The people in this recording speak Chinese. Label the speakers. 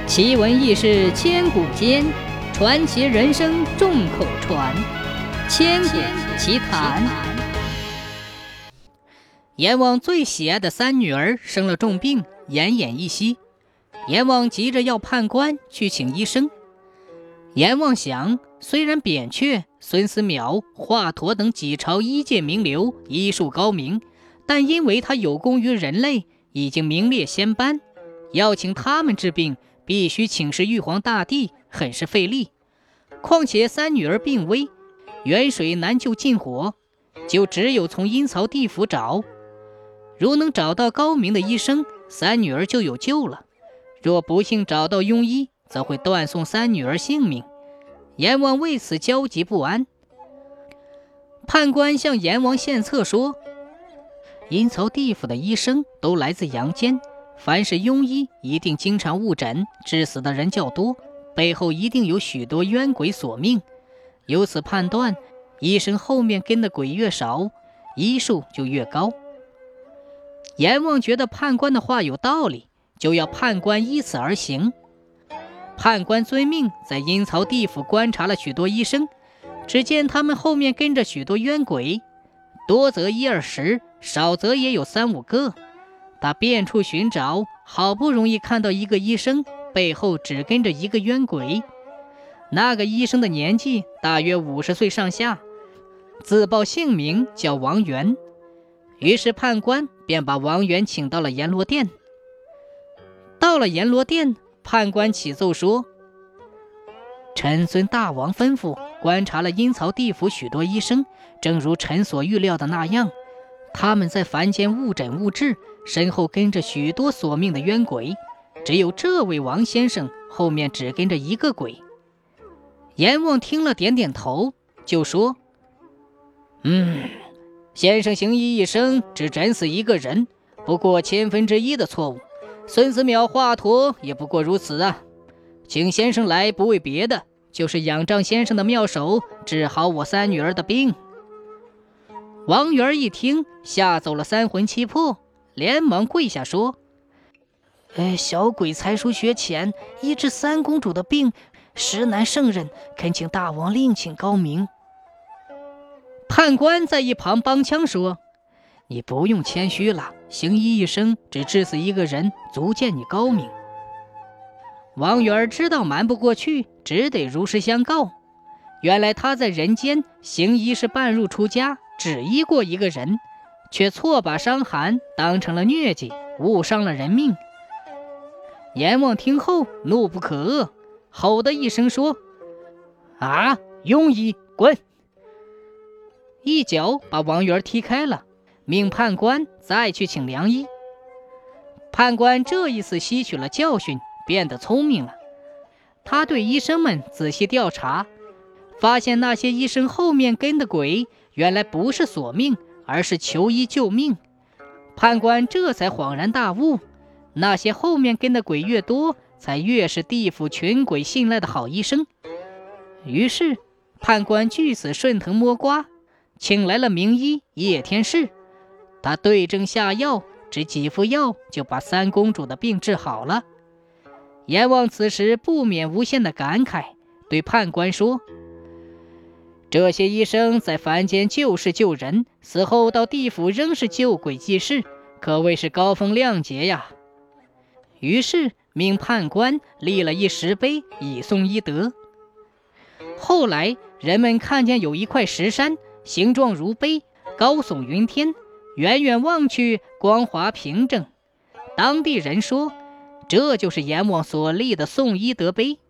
Speaker 1: 奇闻异事千古间，传奇人生众口传。千古奇谈。阎王最喜爱的三女儿生了重病，奄奄一息。阎王急着要判官去请医生。阎王想，虽然扁鹊、孙思邈、华佗等几朝医界名流医术高明，但因为他有功于人类，已经名列仙班，要请他们治病，必须请示玉皇大帝，很是费力。况且三女儿病危，远水难救近火，就只有从阴曹地府找。如能找到高明的医生，三女儿就有救了；若不幸找到庸医，则会断送三女儿性命。阎王为此焦急不安。判官向阎王献策说，阴曹地府的医生都来自阳间，凡是庸医一定经常误诊，致死的人较多，背后一定有许多冤鬼索命。由此判断，医生后面跟的鬼越少，医术就越高。阎王觉得判官的话有道理，就要判官依此而行。判官遵命，在阴曹地府观察了许多医生，只见他们后面跟着许多冤鬼，多则10-20，少则也有3-5个。他遍处寻找，好不容易看到一个医生，背后只跟着一个冤鬼。那个医生的年纪大约50岁上下，自报姓名叫王元。于是判官便把王元请到了阎罗殿。到了阎罗殿，判官启奏说，臣遵大王吩咐，观察了阴曹地府许多医生，正如臣所预料的那样，他们在凡间误诊误治，身后跟着许多索命的冤鬼，只有这位王先生后面只跟着一个鬼。阎王听了点点头，就说，先生行医一生，只诊死一个人，不过1/1000的错误，孙思邈、华佗也不过如此啊。请先生来不为别的，就是仰仗先生的妙手，治好我三女儿的病。王元一听，吓走了3魂7魄，连忙跪下说，小鬼才疏学浅，医治三公主的病实难胜任，恳请大王另请高明。判官在一旁帮腔说，你不用谦虚了，行医一生只治死一个人，足见你高明。王元知道瞒不过去，只得如实相告。原来他在人间行医是半路出家，只医过一个人，却错把伤寒当成了疟疾，误伤了人命。阎王听后怒不可遏，吼的一声说，庸医滚！一脚把王元踢开了，命判官再去请良医。判官这一次吸取了教训，变得聪明了。他对医生们仔细调查，发现那些医生后面跟的鬼原来不是索命，而是求医救命。判官这才恍然大悟，那些后面跟的鬼越多，才越是地府群鬼信赖的好医生。于是判官据此顺藤摸瓜，请来了名医叶天士。他对症下药，只几副药就把三公主的病治好了。阎王此时不免无限的感慨，对判官说，这些医生在凡间救世救人，死后到地府仍是救鬼济世，可谓是高风亮节呀。于是命判官立了一石碑，以颂医德。后来人们看见有一块石山，形状如碑，高耸云天，远远望去光滑平整。当地人说，这就是阎王所立的颂医德碑。